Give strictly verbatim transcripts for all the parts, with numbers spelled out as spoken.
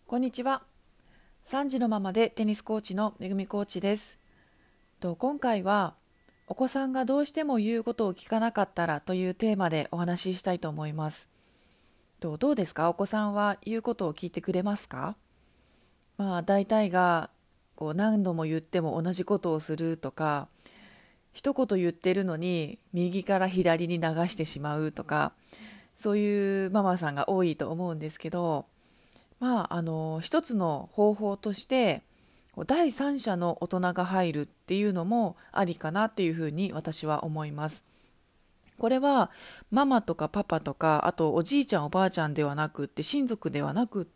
こんにちは。さんじのママでテニスコーチのめぐみコーチです。と今回はお子さんがどうしても言うことを聞かなかったらというテーマでお話ししたいと思います。とどうですか？お子さんは言うことを聞いてくれますか？まあ大体がこう何度も言っても同じことをするとか、一言言ってるのに右から左に流してしまうとか、そういうママさんが多いと思うんですけど、まあ、あの一つの方法として第三者の大人が入るっていうのもありかなっていうふうに私は思います。これはママとかパパとか、あとおじいちゃんおばあちゃんではなくって、親族ではなくって、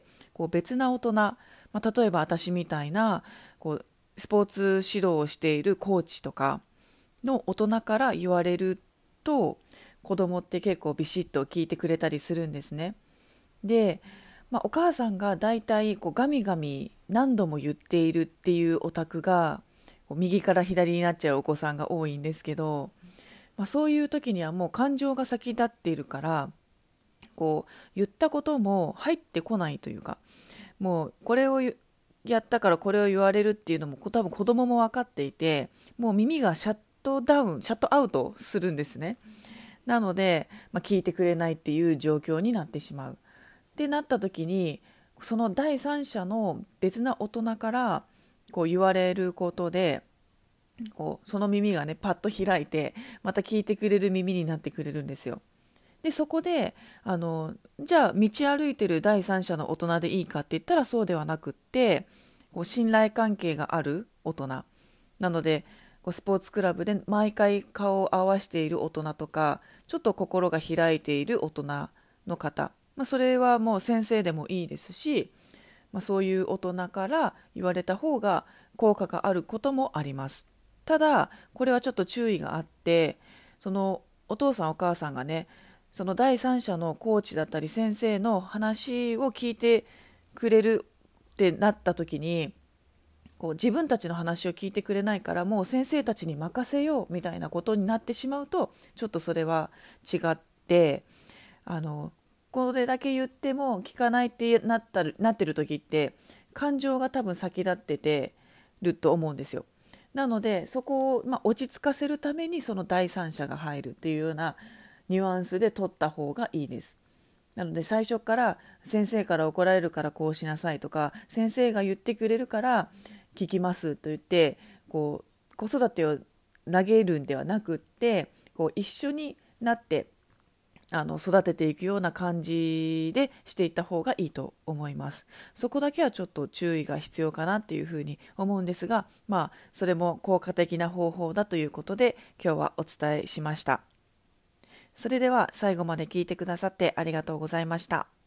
こう別な大人、まあ、例えば私みたいなこうスポーツ指導をしているコーチとかの大人から言われると、子供って結構ビシッと聞いてくれたりするんですね。で、まあ、お母さんがだいたいこうガミガミ何度も言っているっていうお宅が、こう右から左になっちゃうお子さんが多いんですけど、まあ、そういう時にはもう感情が先立っているから、こう言ったことも入ってこないというか、もうこれをやったからこれを言われるっていうのも多分子供も分かっていて、もう耳がシャットダウンシャットアウトするんですね。なので、まあ、聞いてくれないっていう状況になってしまうってなった時に、その第三者の別な大人からこう言われることで、こうその耳がねパッと開いて、また聞いてくれる耳になってくれるんですよ。でそこであのじゃあ道歩いてる第三者の大人でいいかって言ったらそうではなくって、こう信頼関係がある大人なので、こうスポーツクラブで毎回顔を合わせている大人とか、ちょっと心が開いている大人の方、まあ、それはもう先生でもいいですし、まあ、そういう大人から言われた方が効果があることもあります。ただこれはちょっと注意があって、そのお父さんお母さんがね、その第三者のコーチだったり先生の話を聞いてくれるってなった時に、こう自分たちの話を聞いてくれないからもう先生たちに任せようみたいなことになってしまうと、ちょっとそれは違って、あのこれだけ言っても聞かないってなったるなってる時って、感情が多分先立っててると思うんですよ。なのでそこを、まあ、落ち着かせるためにその第三者が入るっていうようなニュアンスで取った方がいいです。なので最初から先生から怒られるからこうしなさいとか、先生が言ってくれるから聞きますと言って、こう子育てを投げるんではなくって、こう一緒になってあの育てていくような感じでしていった方がいいと思います。そこだけはちょっと注意が必要かなっていうふうに思うんですが、まあそれも効果的な方法だということで今日はお伝えしました。それでは最後まで聞いてくださってありがとうございました。